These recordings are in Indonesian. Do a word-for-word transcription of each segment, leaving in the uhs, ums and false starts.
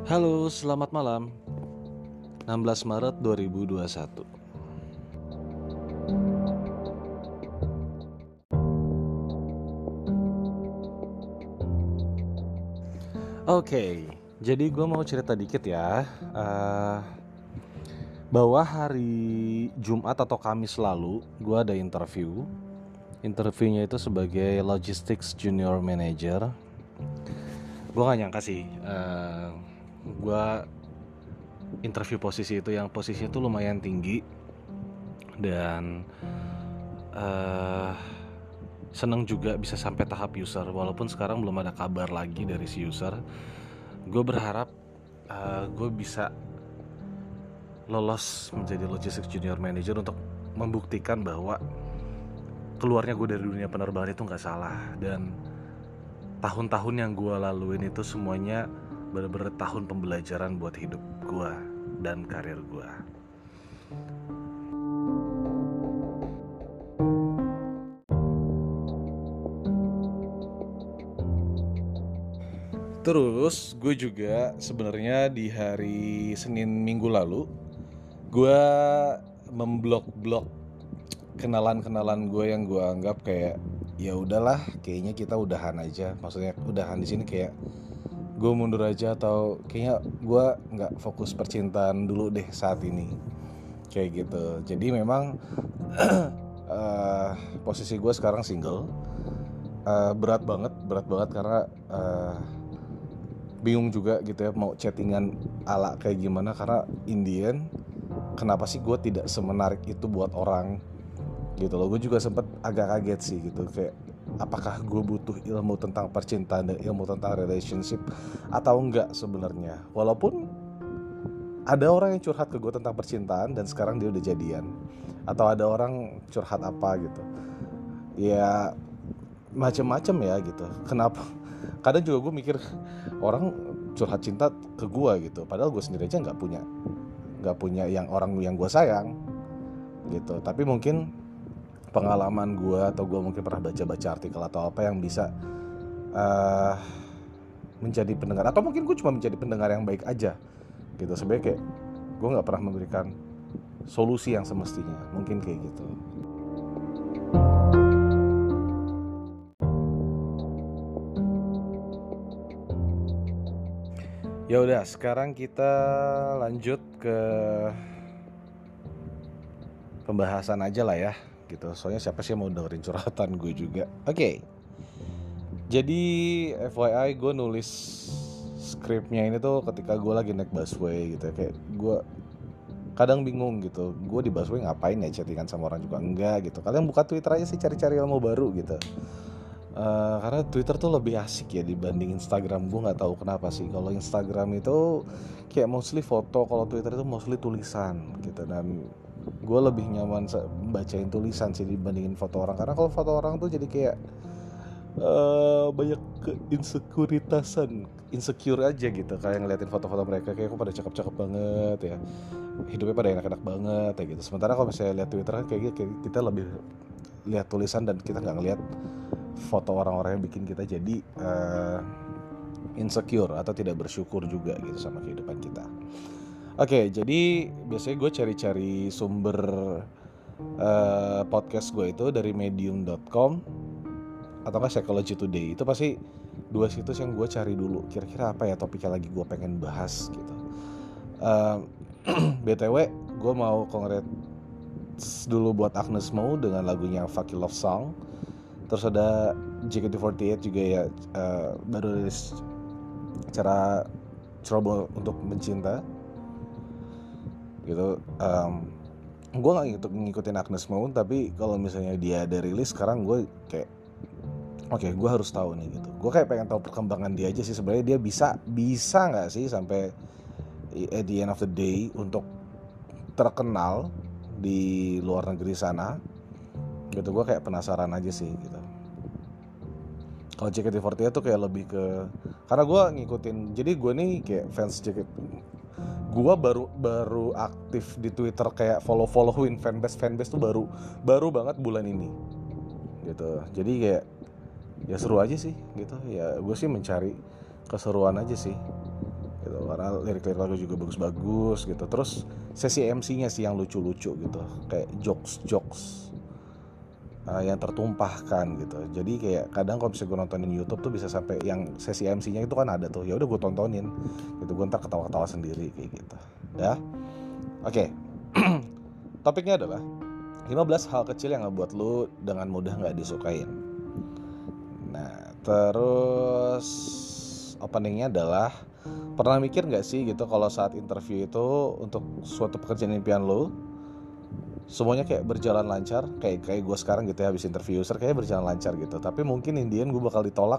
Halo, selamat malam. enam belas Maret dua ribu dua puluh satu. Oke, jadi gue mau cerita dikit ya. Uh, bahwa hari Jumat atau Kamis lalu, gue ada interview. Interviewnya itu sebagai Logistics Junior Manager. Gue gak nyangka sih, uh, gue interview posisi itu yang posisi itu lumayan tinggi. Dan uh, seneng juga bisa sampai tahap user. Walaupun sekarang belum ada kabar lagi dari si user. Gue berharap uh, gue bisa lolos menjadi Logistics Junior Manager untuk membuktikan bahwa keluarnya gue dari dunia penerbangan itu gak salah. Dan tahun-tahun yang gue laluin itu semuanya bener-bener tahun pembelajaran buat hidup gue dan karir gue. Terus gue juga sebenarnya di hari Senin minggu lalu gue memblok-blok kenalan-kenalan gue yang gue anggap kayak ya udahlah, kayaknya kita udahan aja. Maksudnya udahan di sini kayak gue mundur aja, atau kayaknya gue nggak fokus percintaan dulu deh saat ini, kayak gitu. Jadi memang uh, posisi gue sekarang single. uh, berat banget, berat banget karena uh, bingung juga gitu ya mau chattingan ala kayak gimana, karena Indian kenapa sih gue tidak semenarik itu buat orang gitu loh. Gue juga sempet agak kaget sih gitu, kayak apakah gue butuh ilmu tentang percintaan dan ilmu tentang relationship atau enggak sebenarnya. Walaupun ada orang yang curhat ke gue tentang percintaan dan sekarang dia udah jadian, atau ada orang curhat apa gitu ya, macem-macem ya gitu. Kenapa kadang juga gue mikir orang curhat cinta ke gue gitu, padahal gue sendiri aja nggak punya nggak punya yang orang yang gue sayang gitu. Tapi mungkin pengalaman gue, atau gue mungkin pernah baca-baca artikel atau apa yang bisa uh, menjadi pendengar, atau mungkin gue cuma menjadi pendengar yang baik aja gitu. Sebenarnya kayak gue nggak pernah memberikan solusi yang semestinya, mungkin kayak gitu. Ya udah, sekarang kita lanjut ke pembahasan aja lah ya gitu. Soalnya siapa sih yang mau dengerin curhatan gue juga. Oke. Okay. Jadi F Y I gue nulis skripnya ini tuh ketika gue lagi naik busway gitu. Kayak gue kadang bingung gitu, gue di busway ngapain ya, chattingan sama orang juga enggak gitu. Kalian buka Twitter aja sih, cari-cari ilmu baru gitu. Uh, karena Twitter tuh lebih asik ya dibanding Instagram. Gue nggak tahu kenapa sih. Kalau Instagram itu kayak mostly foto, kalau Twitter itu mostly tulisan gitu. Dan gue lebih nyaman bacain tulisan sih dibandingin foto orang. Karena kalau foto orang tuh jadi kayak uh, banyak keinsekuritasan, insecure aja gitu. Kayak ngeliatin foto-foto mereka kayak kok pada cakep-cakep banget ya, hidupnya pada enak-enak banget ya gitu. Sementara kalau misalnya lihat Twitter kan kayak kita lebih lihat tulisan dan kita nggak ngeliat foto orang-orang yang bikin kita jadi uh, insecure atau tidak bersyukur juga gitu sama kehidupan kita. Oke, okay, jadi biasanya gue cari-cari sumber uh, podcast gue itu dari medium dot com atau kan Psychology Today. Itu pasti dua situs yang gue cari dulu, kira-kira apa ya topiknya lagi gue pengen bahas gitu. uh, B T W gue mau congrats dulu buat Agnes Mo dengan lagunya Fucky Love Song. Terus ada J K T empat delapan juga ya, uh, baru rilis cara Trouble untuk Mencinta gitu. um, Gue gak ngikut, ngikutin Agnes Mo, tapi kalau misalnya dia ada rilis sekarang gue kayak oke, okay, gue harus tahu nih gitu. Gue kayak pengen tahu perkembangan dia aja sih. Sebenarnya dia bisa bisa nggak sih sampai at the end of the day untuk terkenal di luar negeri sana gitu. Gue kayak penasaran aja sih gitu. Kalau J K T empat delapan tuh kayak lebih ke, karena gue ngikutin, jadi gue nih kayak fans J K T. Gue baru baru aktif di Twitter kayak follow followin fanbase fanbase tuh baru baru banget bulan ini gitu. Jadi kayak ya seru aja sih gitu ya. Gue sih mencari keseruan aja sih gitu, karena lirik-lirik lagu juga bagus-bagus gitu. Terus sesi M C-nya sih yang lucu-lucu gitu, kayak jokes-jokes uh, yang tertumpahkan gitu. Jadi kayak kadang kalau bisa gue nontonin YouTube tuh bisa sampai yang sesi M C-nya itu kan ada tuh, ya udah gue tontonin gitu, gue ntar ketawa-ketawa sendiri kayak gitu ya. Oke. Topiknya adalah lima belas hal kecil yang ngebuat lu dengan mudah gak disukain. Nah terus openingnya adalah, pernah mikir gak sih gitu kalau saat interview itu untuk suatu pekerjaan impian lu semuanya kayak berjalan lancar, kayak kayak gue sekarang gitu ya, habis interview user kayak berjalan lancar gitu, tapi mungkin in the end gue bakal ditolak.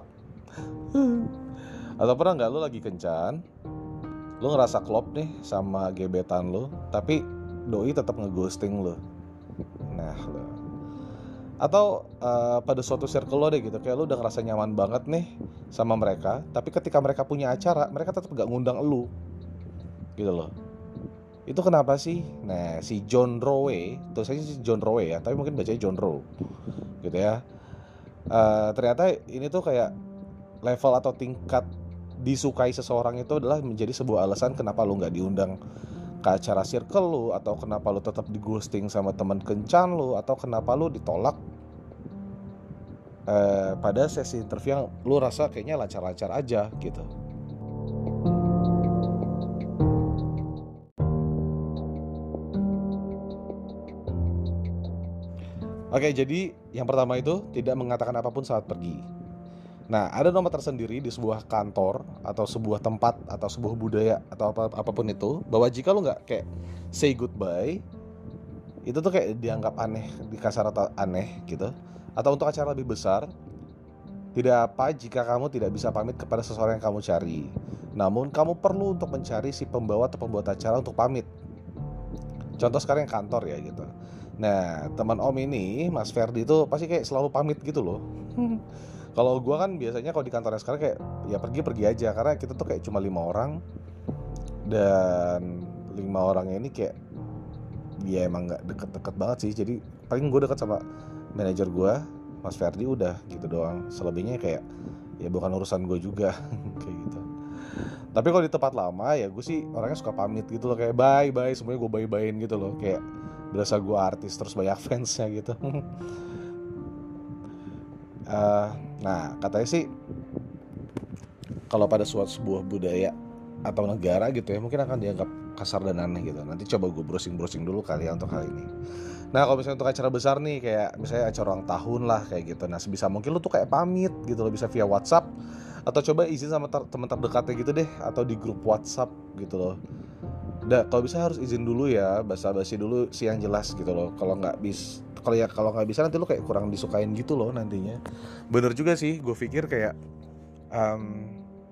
Atau pernah gak lu lagi kencan, lu ngerasa klop nih sama gebetan lu, tapi doi tetap ngeghosting lu. Nah lo, atau uh, pada suatu circle lo deh gitu, kayak lu udah ngerasa nyaman banget nih sama mereka, tapi ketika mereka punya acara, mereka tetap gak ngundang lu gitu loh. Itu kenapa sih? Nah si John Rowe, tulisannya si John Rowe ya, tapi mungkin bacanya John Rowe gitu ya. uh, Ternyata ini tuh kayak level atau tingkat disukai seseorang itu adalah menjadi sebuah alasan kenapa lu gak diundang ke acara circle lu, atau kenapa lu tetap di ghosting sama teman kencan lu, atau kenapa lu ditolak eh, pada sesi interview yang lu rasa kayaknya lancar-lancar aja gitu. Oke, jadi yang pertama itu tidak mengatakan apapun saat pergi. Nah, ada nomor tersendiri di sebuah kantor atau sebuah tempat atau sebuah budaya atau apa, apapun itu, bahwa jika lu nggak kayak say goodbye, itu tuh kayak dianggap aneh, di kasar atau aneh gitu. Atau untuk acara lebih besar, tidak apa jika kamu tidak bisa pamit kepada seseorang yang kamu cari. Namun kamu perlu untuk mencari si pembawa atau pembuat acara untuk pamit. Contoh sekarang yang kantor ya gitu. Nah, teman om ini, Mas Ferdi itu pasti kayak selalu pamit gitu loh. Kalau gue kan biasanya kalau di kantornya sekarang kayak ya pergi-pergi aja, karena kita tuh kayak cuma lima orang, dan lima orangnya ini kayak dia emang nggak deket-deket banget sih. Jadi paling gue deket sama manajer gue, Mas Ferdi, udah gitu doang. Selebihnya kayak ya bukan urusan gue juga. Kayak gitu. Tapi kalau di tempat lama ya gue sih orangnya suka pamit gitu loh, kayak bye bye semuanya gue bye byein gitu loh, kayak berasa gue artis terus banyak fansnya gitu. Uh, nah katanya sih kalau pada suatu sebuah budaya atau negara gitu ya, mungkin akan dianggap kasar dan aneh gitu. Nanti coba gue browsing-browsing dulu kali ya untuk hal ini. Nah kalau misalnya untuk acara besar nih, kayak misalnya acara ulang tahun lah kayak gitu, nah sebisa mungkin lu tuh kayak pamit gitu loh, bisa via WhatsApp atau coba izin sama ter- teman terdekatnya gitu deh, atau di grup WhatsApp gitu loh. Udah, kalau bisa harus izin dulu ya, basa-basi dulu sih yang jelas gitu loh. Kalau nggak bis kalau ya kalau nggak bisa nanti lu kayak kurang disukain gitu loh nantinya. Bener juga sih, gue pikir kayak um,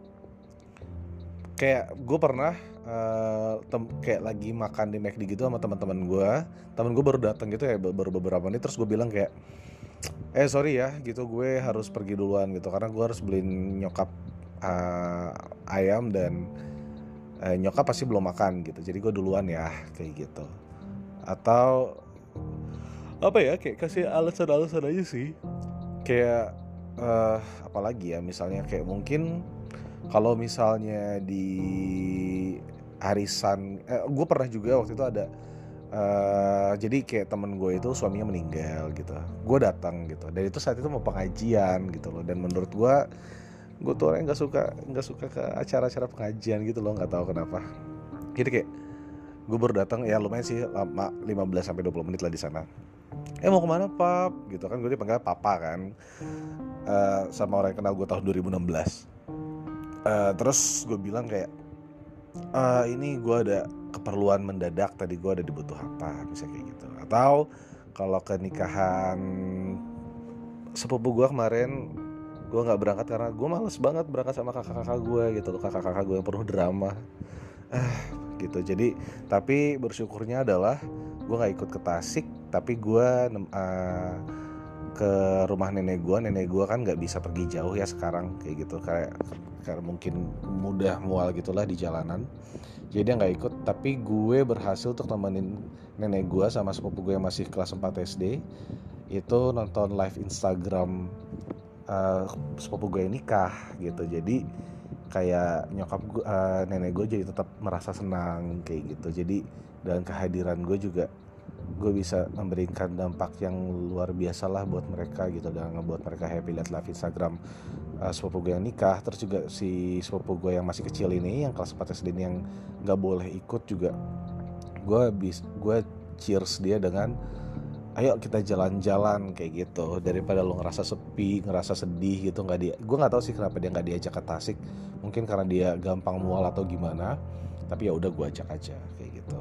kayak gue pernah uh, tem- kayak lagi makan di McD gitu sama teman-teman gue. Temen gue baru datang gitu ya, baru beberapa menit, terus gue bilang kayak, eh sorry ya gitu, gue harus pergi duluan gitu, karena gue harus beliin nyokap uh, ayam dan uh, nyokap pasti belum makan gitu, jadi gue duluan ya kayak gitu. Atau apa ya, kayak kasih alasan-alasan aja sih, kayak uh, apalagi ya, misalnya kayak mungkin kalau misalnya di arisan, eh, gue pernah juga waktu itu ada uh, jadi kayak temen gue itu suaminya meninggal gitu, gue datang gitu, dan itu saat itu mau pengajian gitu loh, dan menurut gue gue tuh orang nggak suka nggak suka ke acara-acara pengajian gitu loh, nggak tahu kenapa. Jadi kayak gue baru datang ya, lumayan sih lama, lima belas sampai dua puluh menit lah di sana. Eh mau kemana pap gitu kan, gue dipanggil papa kan, uh, sama orang yang kenal gue tahun dua ribu enam belas. uh, terus gue bilang kayak uh, ini gue ada keperluan mendadak, tadi gue ada dibutuh apa, misalnya kayak gitu. Atau kalau ke nikahan sepupu gue kemarin, gue nggak berangkat karena gue males banget berangkat sama kakak-kakak gue gitu loh, kakak-kakak gue yang penuh drama ah gitu. Jadi tapi bersyukurnya adalah gue nggak ikut ke Tasik, tapi gue uh, ke rumah nenek gue. Nenek gue kan nggak bisa pergi jauh ya sekarang kayak gitu, kayak karena mungkin mudah mual gitulah di jalanan, jadi dia nggak ikut. Tapi gue berhasil untuk temenin nenek gue sama sepupu gue yang masih kelas empat S D itu nonton live Instagram uh, sepupu gue yang nikah gitu. Jadi kayak nyokap gue, uh, nenek gue jadi tetap merasa senang kayak gitu. Jadi dengan kehadiran gue juga gue bisa memberikan dampak yang luar biasa lah buat mereka gitu, dan ngebuat mereka happy. Lihat live Instagram uh, sepupu gue yang nikah, terus juga si sepupu gue yang masih kecil ini yang kelas empat S D ini yang nggak boleh ikut juga, gue bis gue cheers dia dengan ayo kita jalan-jalan kayak gitu, daripada lo ngerasa sepi, ngerasa sedih gitu. Nggak dia, gue nggak tahu sih kenapa dia nggak diajak ke Tasik, mungkin karena dia gampang mual atau gimana, tapi ya udah gue ajak aja kayak gitu.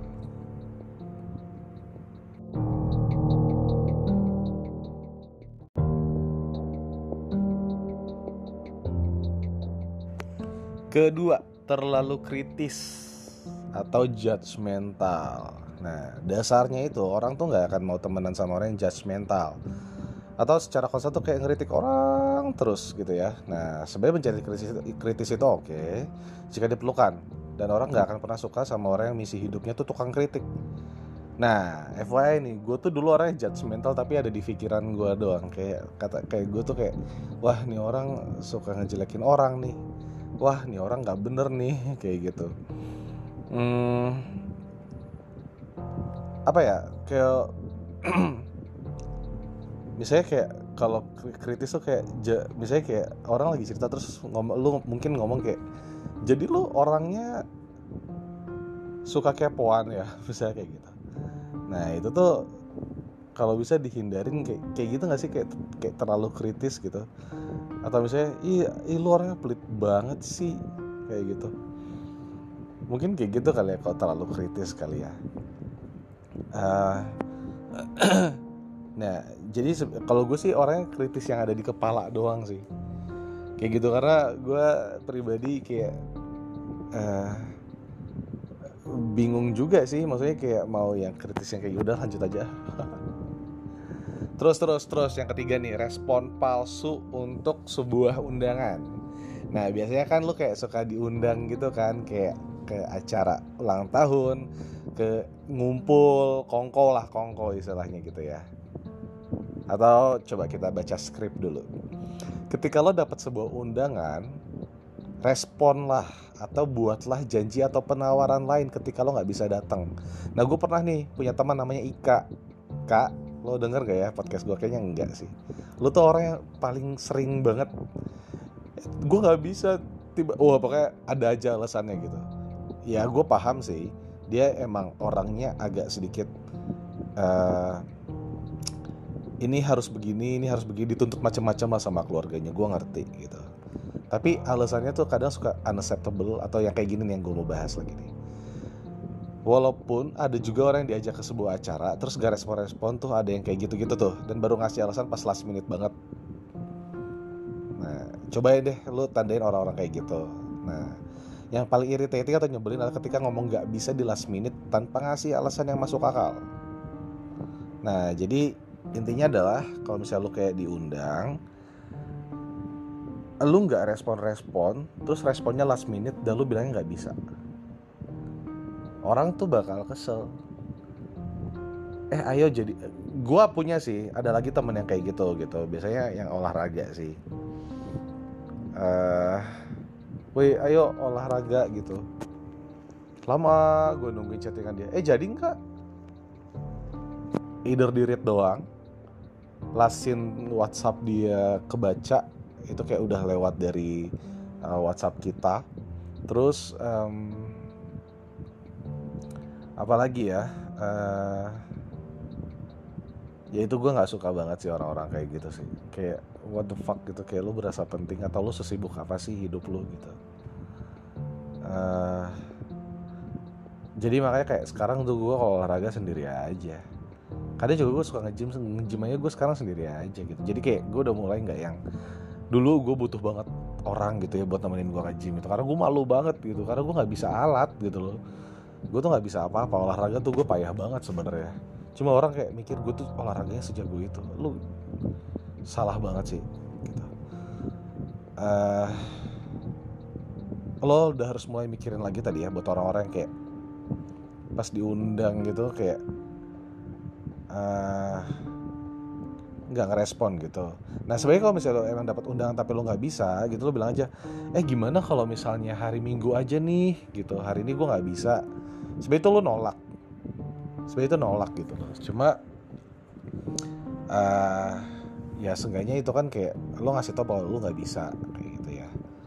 Kedua, terlalu kritis atau judgmental. Nah, dasarnya itu orang tuh nggak akan mau temenan sama orang yang judgmental atau secara konsep tuh kayak ngeritik orang terus gitu ya. Nah, sebenarnya mencari kritis, kritis itu oke okay, jika diperlukan, dan orang nggak akan pernah suka sama orang yang misi hidupnya tuh tukang kritik. Nah, F Y I nih, gue tuh dulu orangnya judgmental tapi ada di pikiran gue doang. Kayak kata kayak gue tuh kayak, wah nih orang suka ngejelekin orang nih, wah nih orang nggak bener nih kayak gitu. Hmm, apa ya, kayak misalnya kayak kalau kritis tuh kayak ja, misalnya kayak orang lagi cerita terus ngomong, lu mungkin ngomong kayak, jadi lu orangnya suka kepoan ya, misalnya kayak gitu. Nah itu tuh kalau bisa dihindarin, kayak kayak gitu nggak sih, kayak kayak terlalu kritis gitu. Atau misalnya, ih, ih lu orangnya pelit banget sih kayak gitu. Mungkin kayak gitu kali ya kalau terlalu kritis kali ya. Uh, nah jadi kalau gue sih orangnya kritis yang ada di kepala doang sih kayak gitu, karena gue pribadi kayak uh, bingung juga sih, maksudnya kayak mau yang kritis yang kayak udah lanjut aja. terus terus terus yang ketiga nih, respon palsu untuk sebuah undangan. Nah biasanya kan lu kayak suka diundang gitu kan, kayak ke acara ulang tahun, ke ngumpul kongko lah, kongko istilahnya gitu ya. Atau coba kita baca skrip dulu. Ketika lo dapat sebuah undangan, responlah atau buatlah janji atau penawaran lain ketika lo nggak bisa datang. Nah gue pernah nih punya teman namanya Ika. Kak, lo denger gak ya podcast gue? Kayaknya enggak sih. Lo tuh orang yang paling sering banget, gue nggak bisa tiba, wah pokoknya ada aja alasannya gitu. Ya gue paham sih, dia emang orangnya agak sedikit uh, ini harus begini, ini harus begini, dituntut macam-macam lah sama keluarganya, gue ngerti gitu. Tapi alasannya tuh kadang suka unacceptable, atau yang kayak gini nih yang gue mau bahas lagi nih. Walaupun ada juga orang yang diajak ke sebuah acara terus gak respon-respon tuh, ada yang kayak gitu-gitu tuh, dan baru ngasih alasan pas last minute banget. Nah coba deh lu tandain orang-orang kayak gitu. Nah yang paling irritating atau nyebelin adalah ketika ngomong gak bisa di last minute tanpa ngasih alasan yang masuk akal. Nah jadi intinya adalah kalau misalnya lu kayak diundang, lu gak respon-respon, terus responnya last minute dan lu bilangnya gak bisa, orang tuh bakal kesel. Eh ayo jadi, gua punya sih, ada lagi temen yang kayak gitu gitu. Biasanya yang olahraga sih. Uh, Woi ayo olahraga gitu. Lama gue nungguin chattingan dia. Eh jadi nggak? Either di read doang, lasin WhatsApp dia kebaca, itu kayak udah lewat dari uh, WhatsApp kita. Terus um, apalagi ya? Uh, ya itu gue nggak suka banget sih orang-orang kayak gitu sih. Kayak what the fuck gitu, kayak lu berasa penting atau lu sesibuk apa sih hidup lu gitu. Uh, jadi makanya kayak sekarang tuh gue kalau olahraga sendiri aja. Kadang juga gue suka nge-gym, nge-gym aja gue sekarang sendiri aja gitu. Jadi kayak gue udah mulai nggak yang dulu gue butuh banget orang gitu ya buat nemenin gue nge-gym itu, karena gue malu banget gitu, karena gue nggak bisa alat gitu loh. Gue tuh nggak bisa apa-apa, olahraga tuh gue payah banget sebenarnya. Cuma orang kayak mikir gue tuh olahraganya sejago itu. Lu salah banget sih gitu. Uh, lo udah harus mulai mikirin lagi tadi ya buat orang-orang yang kayak pas diundang gitu kayak uh, nggak ngerespon gitu. Nah sebenarnya kalau misalnya lo emang dapat undangan tapi lo nggak bisa gitu, lo bilang aja, eh gimana kalau misalnya hari Minggu aja nih gitu, hari ini gue nggak bisa. Sebenarnya itu lo nolak, sebenarnya itu nolak gitu loh. Cuma uh, ya seenggaknya itu kan kayak lo ngasih tau bahwa lo nggak bisa kayak gitu ya.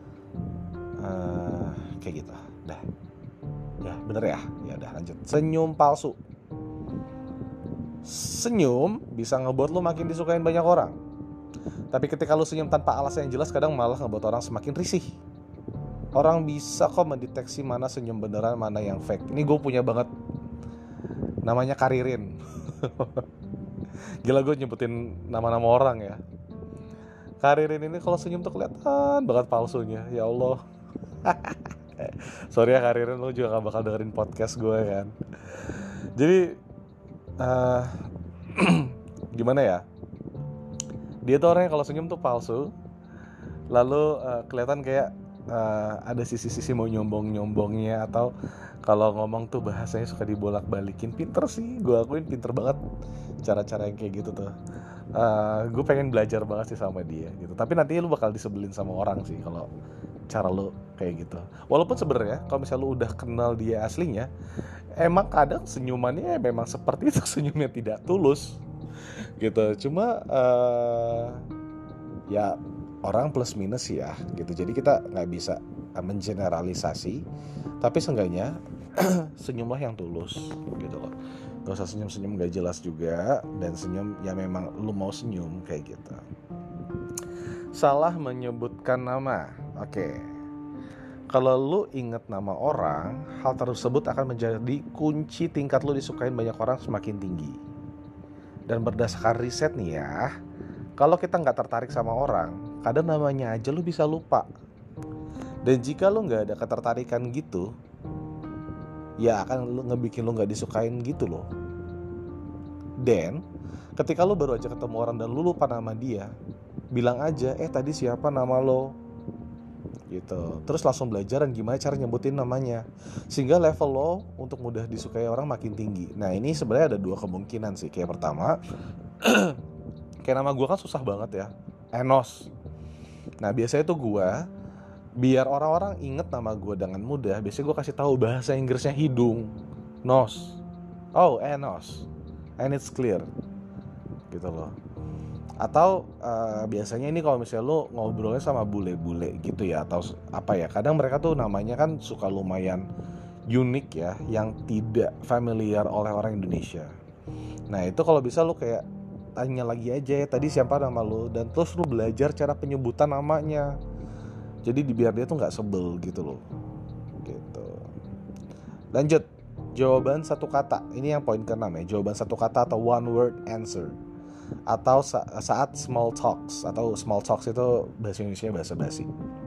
Uh, kayak gitu. Dah. Ya bener ya. Ya udah lanjut. Senyum palsu. Senyum bisa ngebuat lo makin disukain banyak orang. Tapi ketika lo senyum tanpa alasan yang jelas, kadang malah ngebuat orang semakin risih. Orang bisa kok mendeteksi mana senyum beneran, mana yang fake. Ini gue punya banget. Namanya Karirin. Gila gue nyebutin nama-nama orang ya. Karirin ini kalau senyum tuh kelihatan banget palsunya. Ya Allah. Sorry ya Karirin, lo juga gak bakal dengerin podcast gue kan. Jadi Uh, gimana ya? Dia tuh orang yang kalau senyum tuh palsu. Lalu uh, kelihatan kayak uh, ada sisi-sisi mau nyombong-nyombongnya, atau kalau ngomong tuh bahasanya suka dibolak-balikin. Pinter sih, gue akuin pinter banget cara-cara yang kayak gitu tuh. Uh, gue pengen belajar banget sih sama dia gitu. Tapi nanti lu bakal disebelin sama orang sih kalau cara lu kayak gitu. Walaupun sebenarnya kalau misalnya lu udah kenal dia aslinya, emang kadang senyumannya memang seperti itu, senyumnya tidak tulus gitu. Cuma uh, ya orang plus minus ya gitu. Jadi kita nggak bisa mengeneralisasi, tapi seenggaknya senyumlah yang tulus gitu loh. Gak usah senyum-senyum gak jelas juga, dan senyum ya memang lu mau senyum kayak gitu. Salah menyebutkan nama. Oke, kalau lu inget nama orang, hal tersebut akan menjadi kunci tingkat lu disukain banyak orang semakin tinggi. Dan berdasarkan riset nih ya, kalau kita gak tertarik sama orang, kadang namanya aja lu bisa lupa. Dan jika lu gak ada ketertarikan gitu, ya akan lu ngebikin lu gak disukain gitu loh. Dan ketika lu baru aja ketemu orang dan lu lupa nama dia, bilang aja, eh tadi siapa nama lo gitu. Terus langsung belajar dan gimana cara nyebutin namanya, sehingga level lo untuk mudah disukai orang makin tinggi. Nah ini sebenarnya ada dua kemungkinan sih. Kayak pertama, kayak nama gue kan susah banget ya, Enos. Nah biasanya tuh gue, biar orang-orang inget nama gue dengan mudah, biasanya gue kasih tahu bahasa Inggrisnya hidung, nose. Oh Enos, and it's clear gitu loh. Atau uh, biasanya ini kalau misalnya lo ngobrolnya sama bule-bule gitu ya, atau apa ya, kadang mereka tuh namanya kan suka lumayan unik ya, yang tidak familiar oleh orang Indonesia. Nah itu kalau bisa lo kayak tanya lagi aja, ya tadi siapa nama lo, dan terus lo belajar cara penyebutan namanya. Jadi biar dia tuh nggak sebel gitu loh. Gitu. Lanjut, jawaban satu kata. Ini yang poin keenam ya, jawaban satu kata atau one word answer. Atau sa- saat small talks, atau small talks itu bahasa Indonesia bahasa basi.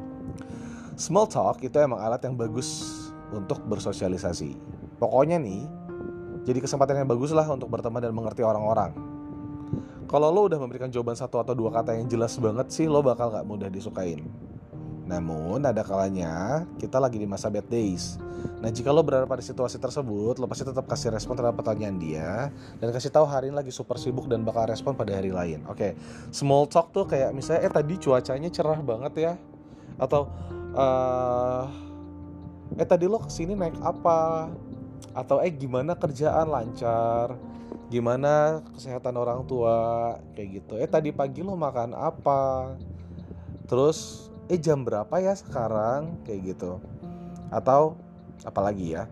Small talk itu emang alat yang bagus untuk bersosialisasi. Pokoknya nih, jadi kesempatan yang bagus lah untuk berteman dan mengerti orang-orang. Kalau lo udah memberikan jawaban satu atau dua kata yang jelas banget sih, lo bakal gak mudah disukain. Namun ada kalanya kita lagi di masa bad days. Nah jika lo berada pada situasi tersebut, lo pasti tetap kasih respon terhadap pertanyaan dia, dan kasih tahu hari ini lagi super sibuk dan bakal respon pada hari lain. Oke, small talk tuh kayak misalnya, eh tadi cuacanya cerah banget ya, atau uh, eh tadi lo kesini naik apa, atau eh gimana kerjaan lancar, gimana kesehatan orang tua, kayak gitu. Eh tadi pagi lo makan apa, terus eh jam berapa ya sekarang, kayak gitu. Atau apalagi ya,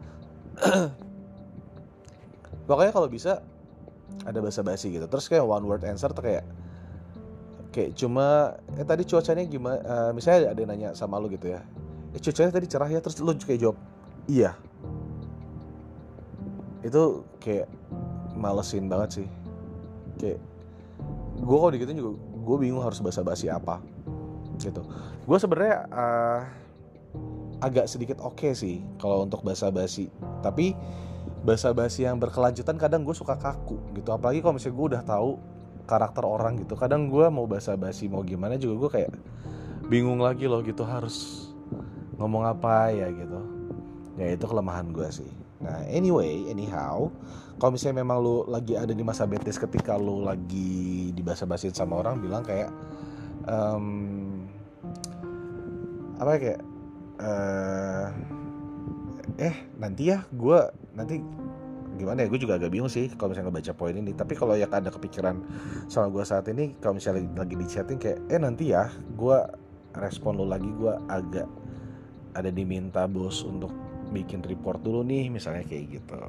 pokoknya kalau bisa ada basa-basi gitu. Terus kayak one word answer tuh kayak kayak cuma eh tadi cuacanya gimana, uh, misalnya ada yang nanya sama lu gitu ya, eh cuacanya tadi cerah ya, terus lu kayak jawab iya. Itu kayak malesin banget sih. Kayak gue kalau digituin juga gue bingung harus basa-basi apa gitu. Gue sebenarnya uh, agak sedikit oke okay sih kalau untuk basa-basi, tapi basa-basi yang berkelanjutan kadang gue suka kaku gitu. Apalagi kalau misalnya gue udah tahu karakter orang gitu, kadang gue mau basa-basi mau gimana juga gue kayak bingung lagi loh gitu, harus ngomong apa ya gitu. Ya itu kelemahan gue sih. Nah anyway, anyhow, kalau misalnya memang lu lagi ada di masa bad days ketika lu lagi dibasa-basin sama orang, bilang kayak um, apa ya, kayak uh, eh nanti ya gue nanti gimana ya, gue juga agak bingung sih kalau misalnya ngebaca poin ini. Tapi kalau yang ada kepikiran sama gue saat ini, kalau misalnya lagi di chatting kayak eh nanti ya gue respon lu lagi, gue agak ada diminta bos untuk bikin report dulu nih, misalnya kayak gitu.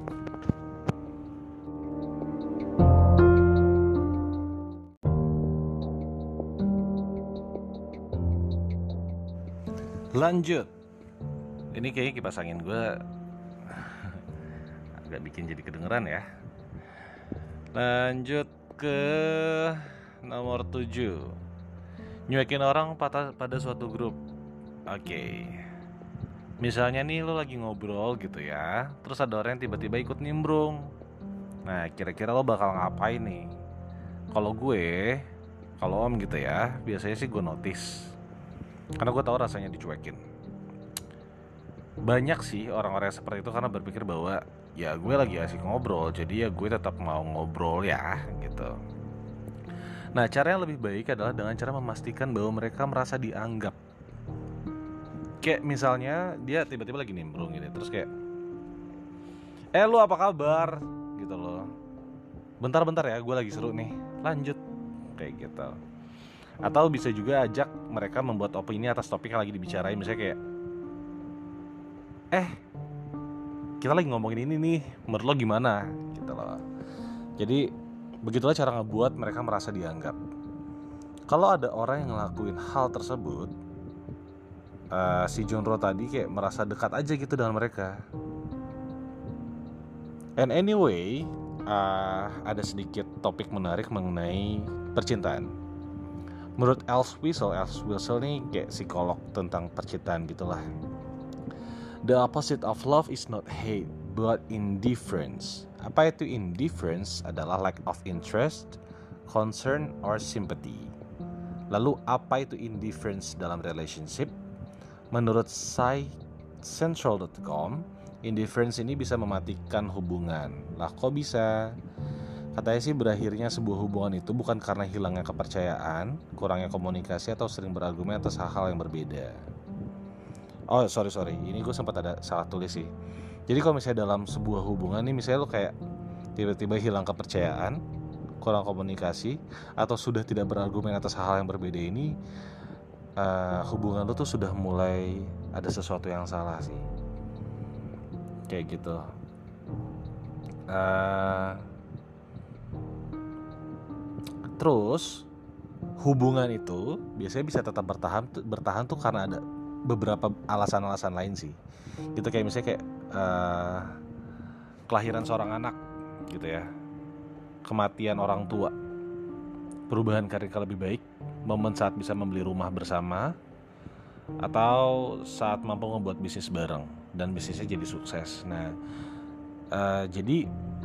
Lanjut, ini kayaknya kipas angin gue agak bikin jadi kedengeran ya. Lanjut ke nomor tujuh, nyuekin orang pada, pada suatu grup. Oke okay. Misalnya nih lo lagi ngobrol gitu ya, terus ada orang yang tiba-tiba ikut nimbrung. Nah kira-kira lo bakal ngapain nih? Kalau gue, kalau om gitu ya, biasanya sih gue notice, karena gue tahu rasanya dicuekin. Banyak sih orang-orang yang seperti itu karena berpikir bahwa ya gue lagi asik ngobrol, jadi ya gue tetap mau ngobrol ya gitu. Nah cara yang lebih baik adalah dengan cara memastikan bahwa mereka merasa dianggap. Kayak misalnya dia tiba-tiba lagi nimbrung gitu, terus kayak Eh lu apa kabar? Gitu loh. Bentar-bentar ya, gue lagi seru nih, lanjut. Kayak gitu. Atau bisa juga ajak mereka membuat opini atas topik yang lagi dibicarain. Misalnya kayak Eh kita lagi ngomongin ini nih, menurut lo gimana? Gitu loh. Jadi begitulah cara ngebuat mereka merasa dianggap. Kalau ada orang yang ngelakuin hal tersebut, uh, si Junro tadi kayak merasa dekat aja gitu dengan mereka. And anyway, uh, ada sedikit topik menarik mengenai percintaan. Menurut Else Wiesel, Else Wiesel nih kayak psikolog tentang percintaan gitulah. The opposite of love is not hate, but indifference. Apa itu indifference? Adalah lack of interest, concern, or sympathy. Lalu apa itu indifference dalam relationship? Menurut site central dot com, indifference ini bisa mematikan hubungan. Lah kok bisa? Katanya sih berakhirnya sebuah hubungan itu bukan karena hilangnya kepercayaan, kurangnya komunikasi, atau sering berargumen atas hal-hal yang berbeda. Oh sorry sorry, ini gue sempat ada salah tulis sih. Jadi kalau misalnya dalam sebuah hubungan nih, misalnya lo kayak tiba-tiba hilang kepercayaan, kurang komunikasi, atau sudah tidak berargumen atas hal-hal yang berbeda ini, uh, hubungan lo tuh sudah mulai ada sesuatu yang salah sih. Kayak gitu. Uh, terus hubungan itu biasanya bisa tetap bertahan bertahan tuh karena ada beberapa alasan-alasan lain sih. Gitu kayak misalnya kayak uh, kelahiran seorang anak gitu ya, kematian orang tua, perubahan karir lebih baik, momen saat bisa membeli rumah bersama, atau saat mampu membuat bisnis bareng dan bisnisnya jadi sukses. Nah uh, jadi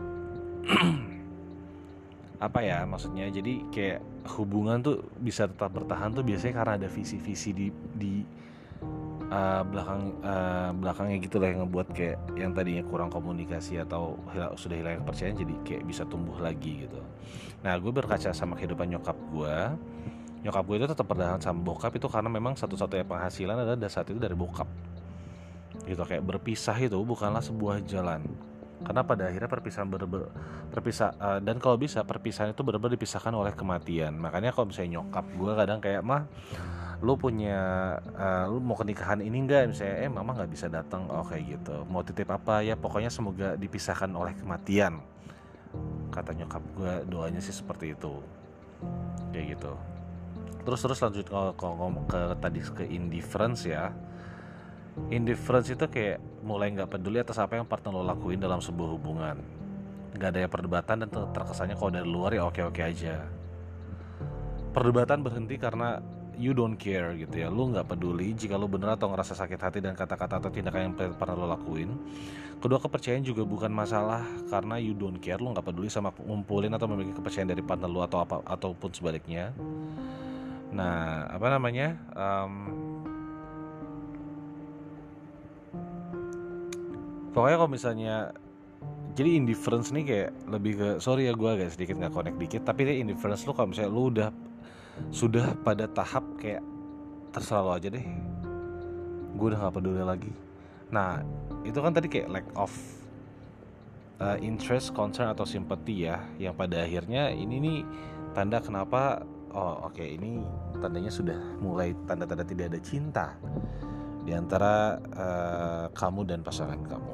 apa ya maksudnya, jadi kayak hubungan tuh bisa tetap bertahan tuh biasanya karena ada visi-visi di di uh, belakang uh, belakangnya gitu lah, yang ngebuat kayak yang tadinya kurang komunikasi atau hil- sudah hilang kepercayaan jadi kayak bisa tumbuh lagi gitu. Nah gue berkaca sama kehidupan nyokap gue. Nyokap gue itu tetap bertahan sama bokap itu karena memang satu-satunya penghasilan adalah saat itu dari bokap gitu. Kayak berpisah itu bukanlah sebuah jalan, karena pada akhirnya perpisahan ber, ber, perpisah uh, dan kalau bisa perpisahan itu benar-benar dipisahkan oleh kematian. Makanya kalau misalnya nyokap gue kadang kayak, mah lu punya uh, lu mau ke nikahan ini enggak, misalnya eh mama nggak bisa datang, oh kayak gitu, mau titip apa ya, pokoknya semoga dipisahkan oleh kematian, kata nyokap gue. Doanya sih seperti itu, kayak gitu. Terus terus lanjut ke, ke, ke tadi ke indifference ya. Indifference itu kayak mulai gak peduli atas apa yang partner lo lakuin dalam sebuah hubungan. Gak ada yang perdebatan dan terkesannya kalau dari luar ya oke-oke aja. Perdebatan berhenti karena you don't care gitu ya. Lu gak peduli jika lu bener atau ngerasa sakit hati dan kata-kata atau tindakan yang pernah lo lakuin. Kedua, kepercayaan juga bukan masalah karena you don't care. Lu gak peduli sama ngumpulin atau memiliki kepercayaan dari partner lu atau apa ataupun sebaliknya. Nah apa namanya um, pokoknya kalau misalnya, jadi indifference nih kayak lebih ke, sorry ya gue agak sedikit nggak connect dikit, tapi deh indifference lu kalau misalnya lu udah sudah pada tahap kayak terserah lo aja deh, gue udah nggak peduli lagi. Nah itu kan tadi kayak lack of uh, interest, concern atau sympathy ya, yang pada akhirnya ini nih tanda kenapa, oh oke okay, ini tandanya sudah mulai tanda-tanda tidak ada cinta di antara uh, kamu dan pasangan kamu.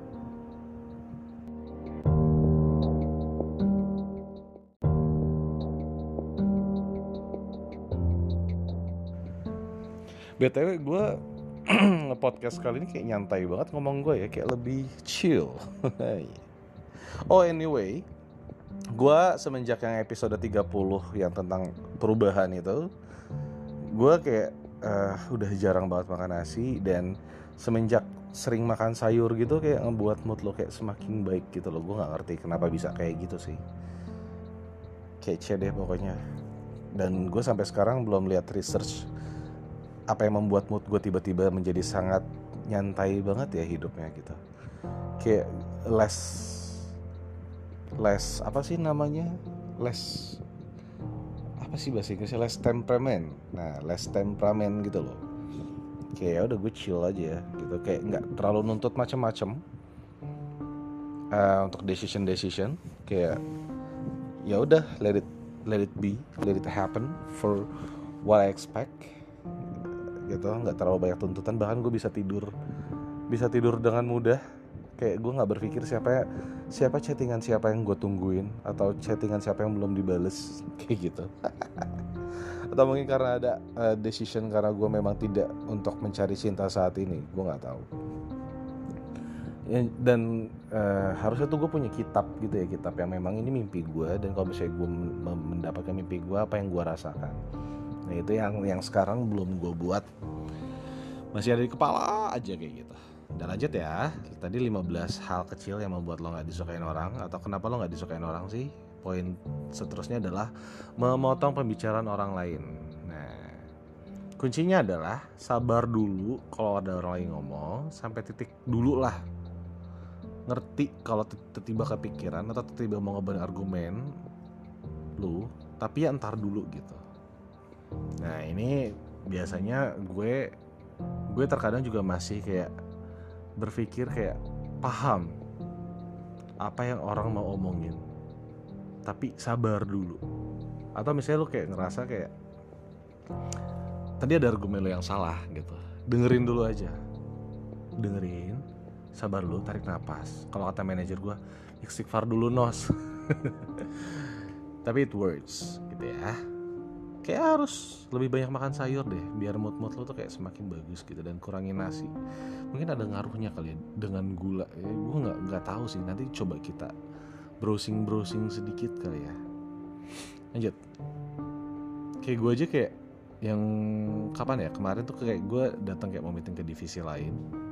B T W gue nge-podcast kali ini kayak nyantai banget ngomong gue ya, kayak lebih chill. Oh anyway, gue semenjak yang episode tiga puluh yang tentang perubahan itu, gue kayak uh, udah jarang banget makan nasi. Dan semenjak sering makan sayur gitu kayak ngebuat mood lo kayak semakin baik gitu loh. Gue gak ngerti kenapa bisa kayak gitu sih, kece deh pokoknya. Dan gue sampai sekarang belum lihat research apa yang membuat mood gue tiba-tiba menjadi sangat nyantai banget ya hidupnya gitu. Kayak less less apa sih namanya, less apa sih bahasa Inggrisnya, less temperament. Nah less temperament gitu loh. Kayak ya udah gue chill aja gitu, kayak nggak terlalu nuntut macam-macam uh, untuk decision decision. Kayak ya udah let it let it be, let it happen for what I expect gitu. Nggak terlalu banyak tuntutan, bahkan gue bisa tidur bisa tidur dengan mudah. Kayak gue nggak berpikir siapa siapa chattingan siapa yang gue tungguin, atau chattingan siapa yang belum dibales kayak gitu. Atau mungkin karena ada uh, decision karena gue memang tidak untuk mencari cinta saat ini, gue nggak tahu ya. Dan uh, harusnya tuh gue punya kitab gitu ya, kitab yang memang ini mimpi gue, dan kalau misalnya gue mendapatkan mimpi gue, apa yang gue rasakan. Nah itu yang yang sekarang belum gue buat, masih ada di kepala aja kayak gitu. Dan lanjut ya, tadi lima belas hal kecil yang membuat lo gak disukain orang, atau kenapa lo gak disukain orang sih. Poin seterusnya adalah memotong pembicaraan orang lain. Nah kuncinya adalah sabar dulu kalau ada orang lain ngomong, sampai titik dulu lah. Ngerti kalau tiba-tiba kepikiran atau tiba-tiba mau ngebenerin argumen lu, tapi ya entar dulu gitu. Nah ini biasanya gue gue terkadang juga masih kayak berpikir kayak paham apa yang orang mau omongin, tapi sabar dulu. Atau misalnya lu kayak ngerasa kayak tadi ada argumen lu yang salah gitu, dengerin dulu aja, dengerin, sabar dulu, tarik napas. Kalau kata manajer gue, istighfar dulu nos. Tapi it works gitu ya. Kayak harus lebih banyak makan sayur deh, biar mood-mood lo tuh kayak semakin bagus gitu, dan kurangin nasi. Mungkin ada ngaruhnya kali ya dengan gula. Ya, gue nggak nggak tahu sih. Nanti coba kita browsing browsing sedikit kali ya. Lanjut. Kayak gue aja kayak yang kapan ya, kemarin tuh kayak gue datang kayak mau meeting ke divisi lain.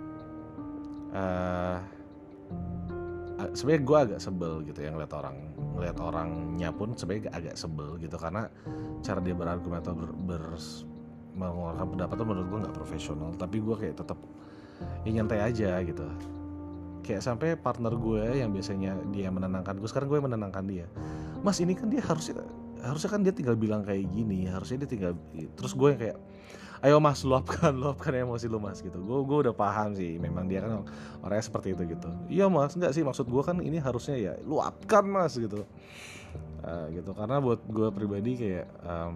Uh, sebenarnya gue agak sebel gitu ya ngeliat orang ngeliat orangnya pun sebenarnya agak sebel gitu, karena cara dia berargumen atau ber, ber mengeluarkan pendapat tuh menurut gue nggak profesional. Tapi gue kayak tetap ya nyantai aja gitu. Kayak sampai partner gue yang biasanya dia menenangkan gue, sekarang gue yang menenangkan dia. Mas ini kan dia harusnya harusnya kan dia tinggal bilang kayak gini, harusnya dia tinggal. Terus gue yang kayak, ayo mas luapkan luapkan emosi lu mas gitu. Gue gue udah paham sih, memang dia kan orangnya seperti itu gitu. Iya mas, enggak sih, maksud gue kan ini harusnya ya luapkan mas gitu. Uh, gitu karena buat gue pribadi kayak um,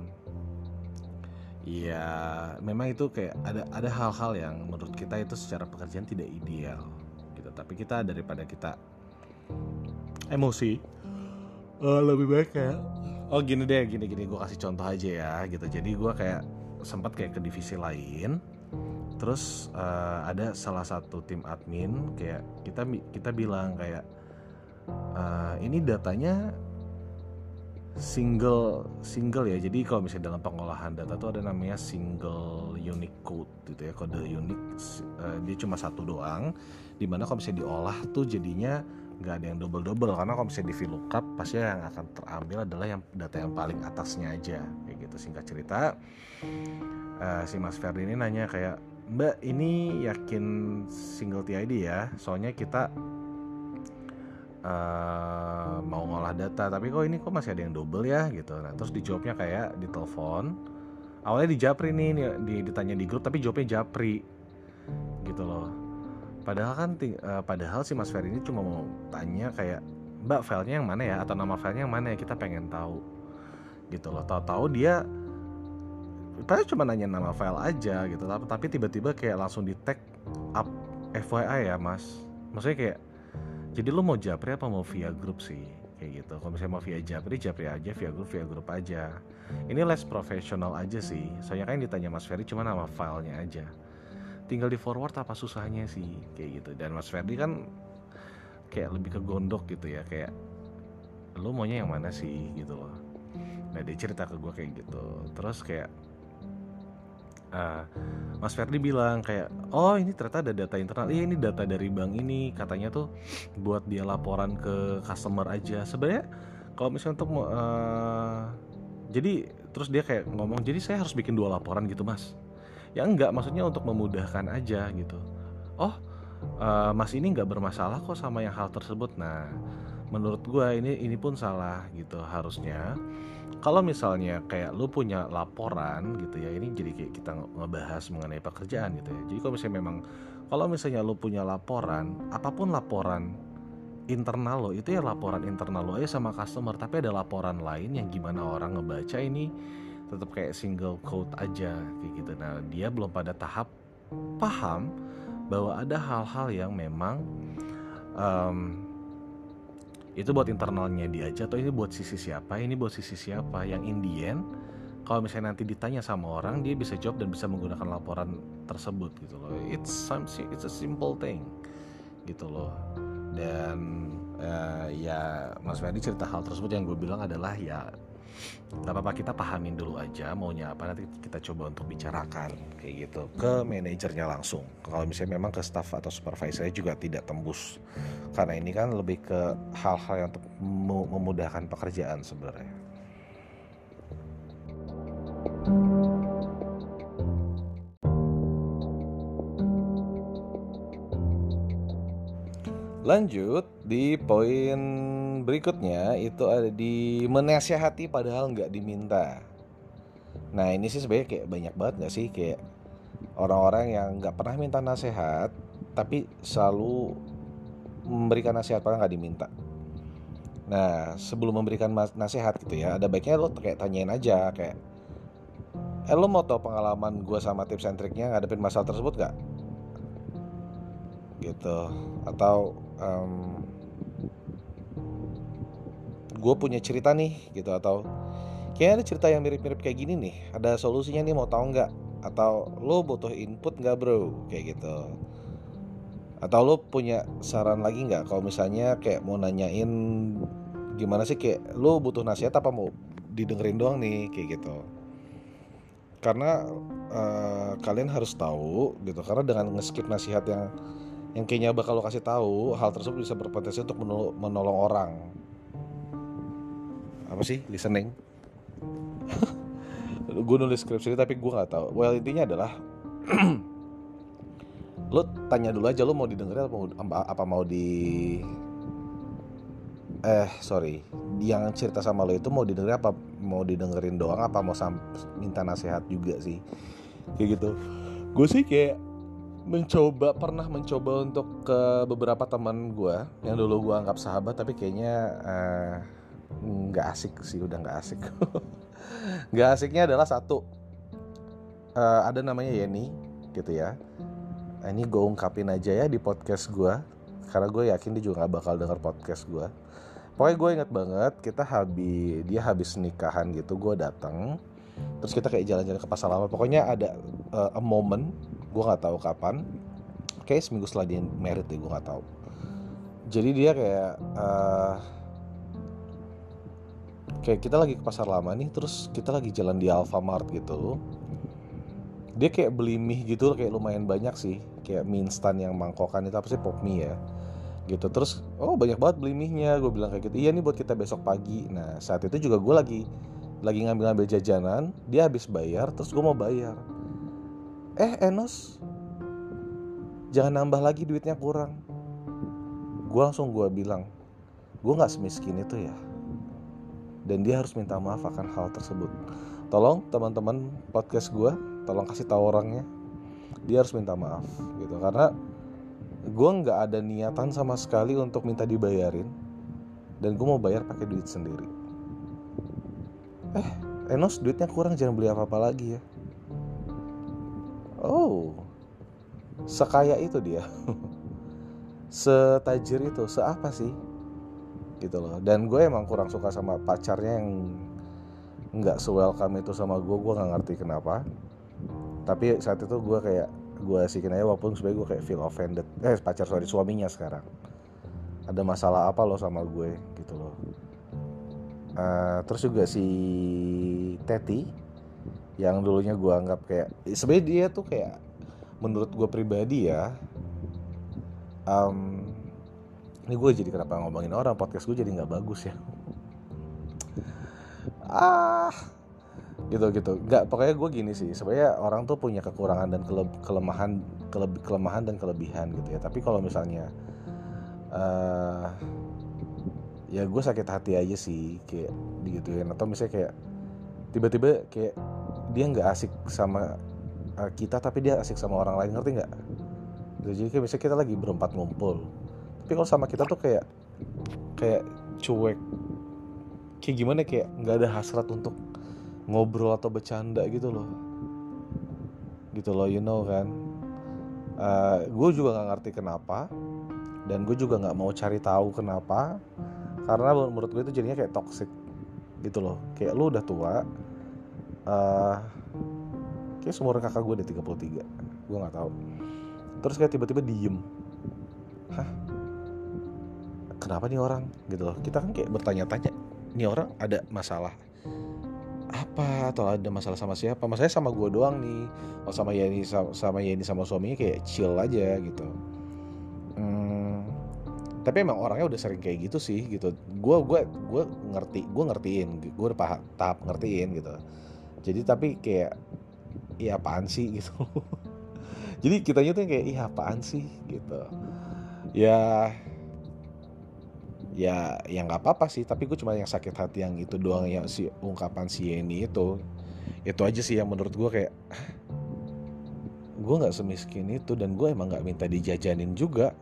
ya memang itu kayak ada ada hal-hal yang menurut kita itu secara pekerjaan tidak ideal gitu. Tapi kita daripada kita emosi, uh, lebih baik kayak oh gini deh, gini gini gue kasih contoh aja ya gitu. Jadi gue kayak sempat kayak ke divisi lain, terus uh, ada salah satu tim admin kayak kita kita bilang kayak uh, ini datanya single single ya. Jadi kalau misalnya dalam pengolahan data tuh ada namanya single unique code gitu ya, kode unik. Uh, dia cuma satu doang, dimana kalau misalnya diolah tuh jadinya nggak ada yang double-double, karena kalau misalnya di VLOOKUP pasti yang akan terambil adalah yang data yang paling atasnya aja kayak gitu. Singkat cerita, uh, si Mas Ferdi ini nanya kayak Mbak ini yakin single T I D ya, soalnya kita uh, mau ngolah data, tapi kok ini kok masih ada yang double ya gitu. Nah terus dijawabnya kayak di telepon, awalnya di japri nih, di, ditanya di grup tapi jawabnya japri gitu loh. Padahal kan uh, padahal si Mas Ferry ini cuma mau tanya kayak, Mbak filenya yang mana ya, atau nama filenya yang mana ya, kita pengen tahu gitu loh. Tahu-tahu dia padahal cuma nanya nama file aja gitu, tapi tiba-tiba kayak langsung di tag up F Y I ya mas, maksudnya kayak jadi lu mau japri apa mau via grup sih kayak gitu. Kalau misalnya mau via japri japri aja, via grup via grup aja. Ini less profesional aja sih, soalnya kan ditanya Mas Ferry cuma nama filenya aja, tinggal di forward apa susahnya sih kayak gitu. Dan Mas Ferry kan kayak lebih ke gondok gitu ya, kayak lu maunya yang mana sih gitu loh. Nah dia cerita ke gue kayak gitu, terus kayak Uh, Mas Ferdi bilang kayak, oh ini ternyata ada data internal, iya ini data dari bank ini, katanya tuh buat dia laporan ke customer aja. Sebenarnya kalau misalnya untuk uh, jadi terus dia kayak ngomong, jadi saya harus bikin dua laporan gitu mas? Ya enggak, maksudnya untuk memudahkan aja gitu. Oh uh, mas ini nggak bermasalah kok sama yang hal tersebut. Nah menurut gue ini ini pun salah gitu. Harusnya kalau misalnya kayak lu punya laporan gitu ya, ini jadi kayak kita ngebahas mengenai pekerjaan gitu ya. Jadi kalau misalnya memang kalau misalnya lu punya laporan, apapun laporan internal lo, itu ya laporan internal lo aja sama customer. Tapi ada laporan lain yang gimana orang ngebaca ini tetap kayak single quote aja kayak gitu. Nah dia belum pada tahap paham bahwa ada hal-hal yang memang um, itu buat internalnya dia aja, atau ini buat sisi siapa, ini buat sisi siapa, yang in the end kalau misalnya nanti ditanya sama orang, dia bisa jawab dan bisa menggunakan laporan tersebut gitu loh. It's something, it's a simple thing gitu loh. Dan uh, ya Mas Ferdi cerita hal tersebut, yang gue bilang adalah ya gak apa-apa, kita pahamin dulu aja maunya apa, nanti kita coba untuk bicarakan kayak gitu ke manajernya langsung. Kalau misalnya memang ke staff atau supervisornya juga tidak tembus, karena ini kan lebih ke hal-hal yang untuk memudahkan pekerjaan sebenarnya. Lanjut di poin berikutnya, itu ada di menasihati padahal nggak diminta. Nah ini sih sebenarnya kayak banyak banget nggak sih, kayak orang-orang yang nggak pernah minta nasihat tapi selalu memberikan nasihat padahal nggak diminta. Nah sebelum memberikan nasihat gitu ya, ada baiknya lo kayak tanyain aja kayak, eh lo mau tau pengalaman gue sama tips and triknya ngadepin masalah tersebut gak? Gitu. Atau um, gue punya cerita nih gitu, atau kayaknya ada cerita yang mirip-mirip kayak gini nih, ada solusinya nih, mau tahu nggak? Atau lo butuh input nggak bro, kayak gitu. Atau lo punya saran lagi nggak kalau misalnya kayak mau nanyain gimana sih, kayak lo butuh nasihat apa mau didengerin doang nih, kayak gitu. Karena uh, kalian harus tahu gitu, karena dengan nge-skip nasihat yang yang kayaknya bakal lo kasih tahu, hal tersebut bisa berpotensi untuk menol- menolong orang. Apa sih listening? Gue nulis skripsi tapi gue nggak tahu. Well intinya adalah lo tanya dulu aja, lo mau didengerin apa, apa, apa mau di eh sorry yang cerita sama lo itu mau didengerin apa mau didengerin doang, apa mau sam- minta nasihat juga sih, kayak gitu. Gue sih kayak mencoba pernah mencoba untuk ke beberapa teman gue yang dulu gue anggap sahabat, tapi kayaknya nggak uh, asik sih, udah nggak asik. Nggak asiknya adalah satu, uh, ada namanya Yeni gitu ya. Nah, ini gue ungkapin aja ya di podcast gue, karena gue yakin dia juga nggak bakal denger podcast gue. Pokoknya gue inget banget kita habis dia habis nikahan gitu, gue datang, terus kita kayak jalan-jalan ke pasar lama. Pokoknya ada uh, a moment, gue nggak tahu kapan, kayak seminggu setelah dia married deh, gue nggak tahu. Jadi dia kayak uh, kayak kita lagi ke pasar lama nih, terus kita lagi jalan di Alfamart gitu. Dia kayak beli mie gitu, kayak lumayan banyak sih, kayak mie instan yang mangkokan itu, apa sih, pop mie ya gitu. Terus oh banyak banget beli mie-nya, gue bilang kayak gitu, iya nih buat kita besok pagi. Nah saat itu juga gue lagi lagi ngambil-ngambil jajanan, dia habis bayar, terus gue mau bayar. Eh Enos, jangan nambah lagi duitnya kurang. Gue langsung gue bilang, gue gak semiskin itu ya. Dan dia harus minta maaf akan hal tersebut. Tolong teman-teman podcast gue, tolong kasih tahu orangnya, dia harus minta maaf gitu. Karena gue gak ada niatan sama sekali untuk minta dibayarin, dan gue mau bayar pakai duit sendiri. Eh, Enos duitnya kurang, jangan beli apa-apa lagi ya. Oh, sekaya itu dia. Setajir itu, seapa sih gitu loh. Dan gue emang kurang suka sama pacarnya yang nggak se-welcome itu sama gue. Gue nggak ngerti kenapa. Tapi saat itu gue kayak gue asikin aja, walaupun sebenarnya gue kayak feel offended. Eh pacar sorry suaminya sekarang. Ada masalah apa lo sama gue gitu loh. Uh, terus juga si Teti yang dulunya gue anggap kayak, sebenarnya dia tuh kayak menurut gue pribadi ya, um, ini gue jadi kenapa ngomongin orang, podcast gue jadi nggak bagus ya. ah gitu gitu nggak, pokoknya gue gini sih, sebenarnya orang tuh punya kekurangan dan kele- kelemahan kele- kelemahan dan kelebihan gitu ya. Tapi kalau misalnya uh, ya gue sakit hati aja sih kayak digituin, atau misalnya kayak tiba-tiba kayak dia nggak asik sama uh, kita tapi dia asik sama orang lain, ngerti nggak? Jadi kayak misalnya kita lagi berempat ngumpul, tapi kalau sama kita tuh kayak kayak cuek, kayak gimana, kayak nggak ada hasrat untuk ngobrol atau bercanda gitu loh, gitu loh, you know kan? Uh, gue juga nggak ngerti kenapa, dan gue juga nggak mau cari tahu kenapa, karena menurut gue itu jadinya kayak toxic gitu loh. Kayak lu udah tua, uh, kayak seumuran kakak gue udah tiga puluh tiga, gue nggak tahu. Terus kayak tiba-tiba diem, hah? Kenapa nih orang gitu loh? Kita kan kayak bertanya-tanya, nih orang ada masalah apa, atau ada masalah sama siapa? Masalahnya sama gue doang nih. Oh sama Yeni sama Yeni sama suaminya kayak chill aja gitu. Hmm, tapi emang orangnya udah sering kayak gitu sih gitu. Gue gue gue ngerti, gue ngertiin, gue udah paham, tahap ngertiin gitu. Jadi tapi kayak, iya apaan sih gitu. Jadi kitanya tuh kayak, iya apaan sih gitu. Ya ya ya nggak apa-apa sih, tapi gue cuma yang sakit hati yang itu doang, yang si ungkapan si Yeni itu itu aja sih yang menurut gue kayak, gue nggak semiskin itu, dan gue emang nggak minta dijajanin juga.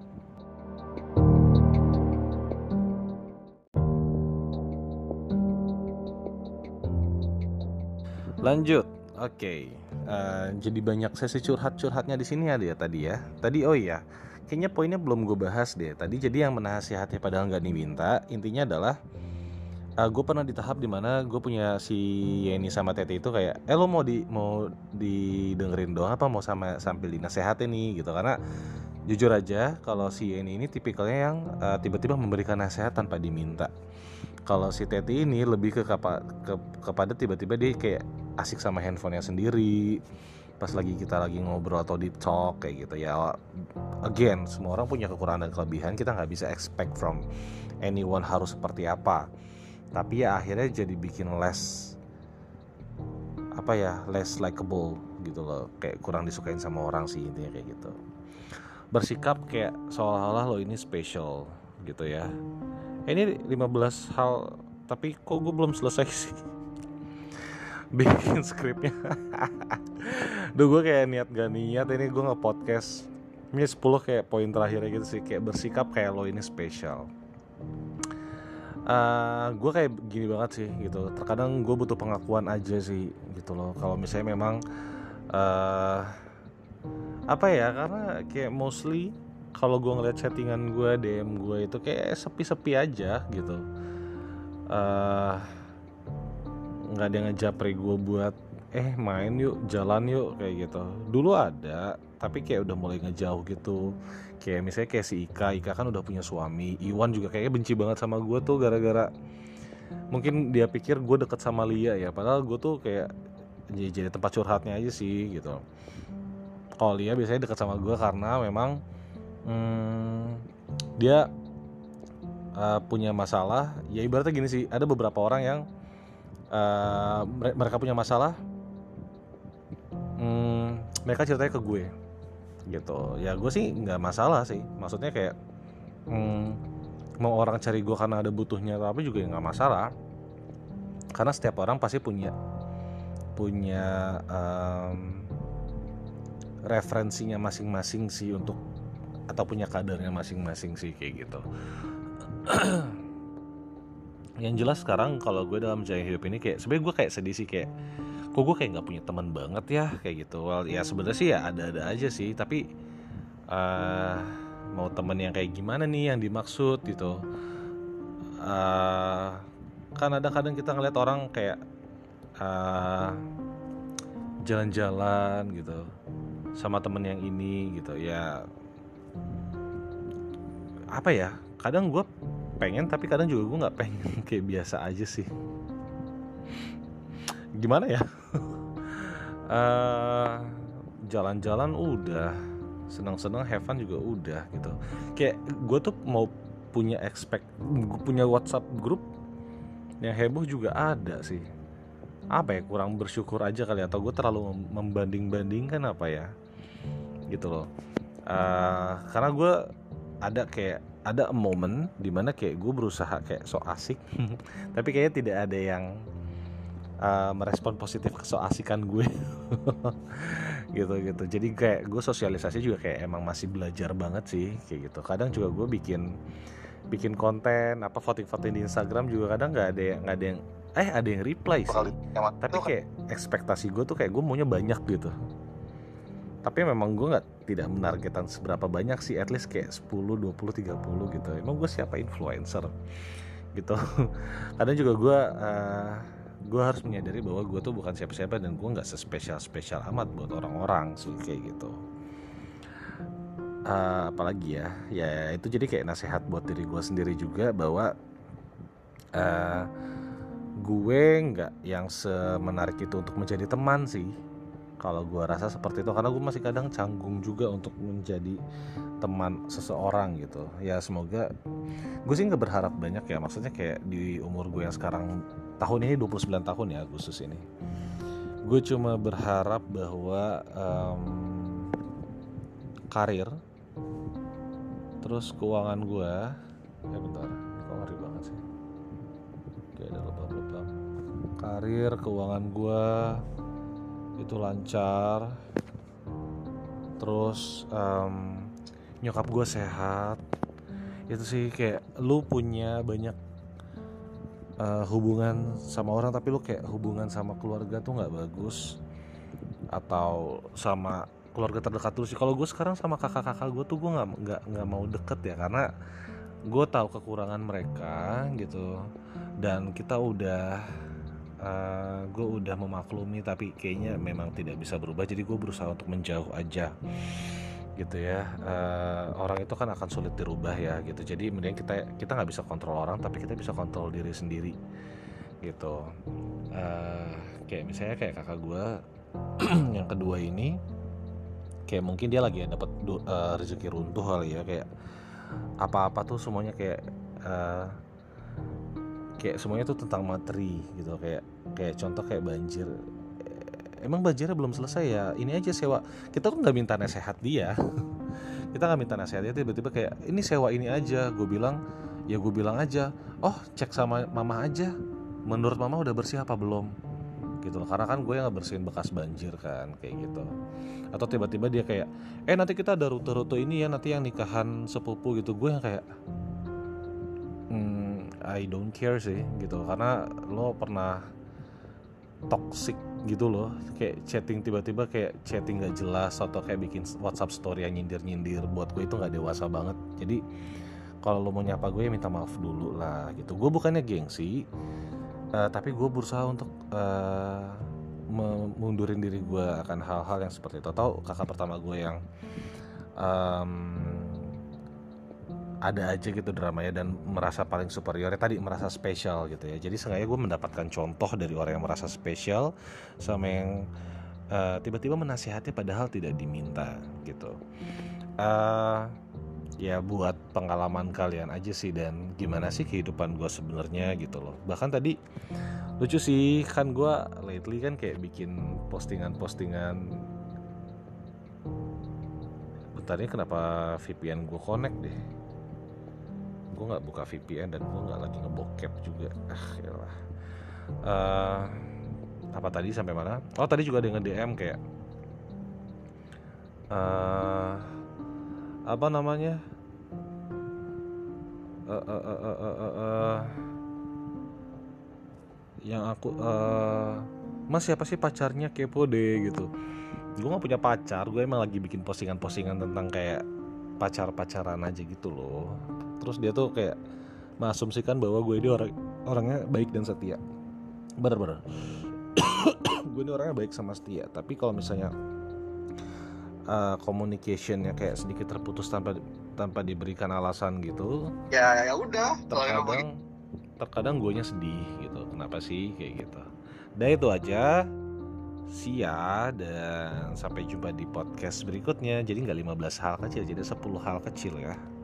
Lanjut, oke. Okay. Uh, jadi banyak sesi curhat-curhatnya di sini ada ya tadi ya. Tadi oh iya, kayaknya poinnya belum gue bahas deh. Tadi jadi yang menasihati padahal nggak diminta. Intinya adalah uh, gue pernah di tahap dimana gue punya si Yeni sama Tete itu kayak, eh lo mau di mau didengerin doang apa mau sama sambil dinasehatin nih gitu. Karena jujur aja kalau si Yeni ini tipikalnya yang uh, tiba-tiba memberikan nasihat tanpa diminta. Kalau si Teti ini lebih ke, kapa, ke kepada tiba-tiba dia kayak asik sama handphonenya sendiri pas lagi kita lagi ngobrol atau di talk kayak gitu ya. Again, semua orang punya kekurangan dan kelebihan, kita nggak bisa expect from anyone harus seperti apa. Tapi ya akhirnya jadi bikin less apa ya, less likable gitu loh, kayak kurang disukain sama orang sih intinya kayak gitu. Bersikap kayak seolah-olah lo ini special gitu ya. Ini lima belas hal, tapi kok gue belum selesai sih bikin skripnya. Duh gue kayak niat gak niat ini gue nge-podcast. Ini sepuluh kayak poin terakhirnya gitu sih, kayak bersikap kayak lo ini spesial. uh, Gue kayak gini banget sih gitu. Terkadang gue butuh pengakuan aja sih gitu loh. Kalau misalnya memang uh, apa ya, karena kayak mostly kalau gue ngeliat settingan gue, D M gue itu kayak sepi-sepi aja gitu. uh, Gak ada yang ngejapri gue buat eh main yuk, jalan yuk kayak gitu. Dulu ada, tapi kayak udah mulai ngejauh gitu. Kayak misalnya kayak si Ika Ika kan udah punya suami. Iwan juga kayaknya benci banget sama gue tuh gara-gara mungkin dia pikir gue deket sama Lia ya, padahal gue tuh kayak jadi tempat curhatnya aja sih gitu. Kalau Lia biasanya deket sama gue karena memang Hmm, dia uh, punya masalah. Ya ibaratnya gini sih, ada beberapa orang yang uh, mereka punya masalah, hmm, mereka ceritanya ke gue. gitu. Ya gue sih nggak masalah sih, maksudnya kayak hmm, mau orang cari gue karena ada butuhnya tapi juga nggak masalah, karena setiap orang pasti punya punya um, referensinya masing-masing sih untuk, atau punya kadarnya masing-masing sih kayak gitu. Yang jelas sekarang kalau gue dalam menjalani hidup ini kayak sebenarnya gue kayak sedih sih, kayak kok gue kayak nggak punya teman banget ya kayak gitu. Well ya sebenarnya sih ya ada-ada aja sih, tapi uh, mau temen yang kayak gimana nih yang dimaksud gitu. Uh, kan ada kadang kita ngeliat orang kayak uh, jalan-jalan gitu sama temen yang ini gitu ya, apa ya, kadang gue pengen tapi kadang juga gue nggak pengen. Kayak biasa aja sih, gimana ya. uh, jalan-jalan udah, senang-senang have fun juga udah gitu. Kayak gue tuh mau punya expect, punya WhatsApp grup yang heboh juga ada sih. Apa ya, kurang bersyukur aja kali, atau gue terlalu membanding-bandingkan apa ya gitu loh. Uh, karena gue ada kayak ada momen dimana kayak gue berusaha kayak so asik tapi kayaknya tidak ada yang uh, merespon positif ke so asikan gue. gitu-gitu. Jadi kayak gue sosialisasi juga kayak emang masih belajar banget sih kayak gitu. Kadang juga gue bikin bikin konten apa voting-voting di Instagram juga kadang nggak ada yang nggak ada yang eh ada yang reply sih. Tapi kayak ekspektasi gue tuh kayak gue maunya banyak gitu. Tapi memang gue nggak tidak menargetkan seberapa banyak sih, at least kayak sepuluh, dua puluh, tiga puluh gitu. Emang gue siapa influencer gitu. Kadang juga gue uh, gue harus menyadari bahwa gue tuh bukan siapa-siapa dan gue nggak sespesial-spesial amat buat orang-orang sih kayak gitu. Uh, apalagi ya, ya itu jadi kayak nasihat buat diri gue sendiri juga bahwa uh, gue nggak yang semenarik itu untuk menjadi teman sih. Kalau gue rasa seperti itu, karena gue masih kadang canggung juga untuk menjadi teman seseorang gitu. Ya semoga, gue sih nggak berharap banyak ya, maksudnya kayak di umur gue yang sekarang, tahun ini dua puluh sembilan tahun ya Agustus ini, gue cuma berharap bahwa um, karir, terus keuangan gue, ya bentar, kok ngeri banget sih, kayak ada lebam-lebam, karir, keuangan gue itu lancar, terus um, nyokap gue sehat. Itu sih, kayak lu punya banyak uh, hubungan sama orang tapi lu kayak hubungan sama keluarga tuh nggak bagus, atau sama keluarga terdekat lu sih. Kalau gue sekarang sama kakak-kakak gue tuh gue nggak nggak nggak mau deket ya, karena gue tahu kekurangan mereka gitu, dan kita udah Uh, gue udah memaklumi tapi kayaknya memang tidak bisa berubah, jadi gue berusaha untuk menjauh aja gitu ya. Uh, orang itu kan akan sulit dirubah ya gitu, jadi mending kita kita nggak bisa kontrol orang tapi kita bisa kontrol diri sendiri gitu. Uh, kayak misalnya kayak kakak gue yang kedua ini, kayak mungkin dia lagi dapat uh, rezeki runtuh kali ya, kayak apa-apa tuh semuanya kayak uh, kayak semuanya tuh tentang materi gitu. Kayak kayak contoh kayak banjir, emang banjirnya belum selesai ya, ini aja sewa. Kita tuh nggak minta nasihat dia. Kita nggak minta nasihat dia, tiba-tiba kayak ini sewa ini aja. Gue bilang ya gue bilang aja, oh cek sama mama aja, menurut mama udah bersih apa belum gitu. Karena kan gue yang ngebersihin bekas banjir kan kayak gitu. Atau tiba-tiba dia kayak eh nanti kita ada rute-rute ini ya, nanti yang nikahan sepupu gitu. Gue yang kayak hmm, I don't care sih gitu, karena lo pernah toxic gitu loh, kayak chatting tiba-tiba kayak chatting gak jelas, atau kayak bikin WhatsApp story yang nyindir-nyindir. Buat gue itu gak dewasa banget. Jadi kalau lo mau nyapa gue ya minta maaf dulu lah gitu. Gue bukannya gengsi, uh, tapi gue berusaha untuk uh, mundurin diri gue akan hal-hal yang seperti itu. Atau kakak pertama gue yang um, ada aja gitu dramanya dan merasa paling superior ya, tadi merasa spesial gitu ya. Jadi sengaja gue mendapatkan contoh dari orang yang merasa spesial sama yang uh, tiba-tiba menasihati padahal tidak diminta gitu. Uh, ya buat pengalaman kalian aja sih, dan gimana sih kehidupan gue sebenarnya gitu loh. Bahkan tadi lucu sih kan, gue lately kan kayak bikin postingan-postingan Tadi kenapa V P N gue connect deh? Gue nggak buka V P N dan gue nggak lagi ngebokep juga. Ah yalah. Uh, apa tadi sampai mana? Oh tadi juga ada yang nge-D M kayak uh, apa namanya? Uh, uh, uh, uh, uh, uh, uh, yang aku uh, Mas siapa sih pacarnya, kepo deh gitu. Gue gak punya pacar, gue emang lagi bikin postingan-postingan tentang kayak pacar-pacaran aja gitu loh. Terus dia tuh kayak mengasumsikan bahwa gue ini orang orangnya baik dan setia. Bener-bener gue ini orangnya baik sama setia. Tapi kalau misalnya uh, communicationnya kayak sedikit terputus tanpa tanpa diberikan alasan gitu, ya ya udah. Terkadang terkadang guenya sedih gitu. Kenapa sih kayak gitu? Dan itu aja. See ya, dan sampai jumpa di podcast berikutnya. Jadi gak lima belas hal kecil, jadi sepuluh hal kecil ya.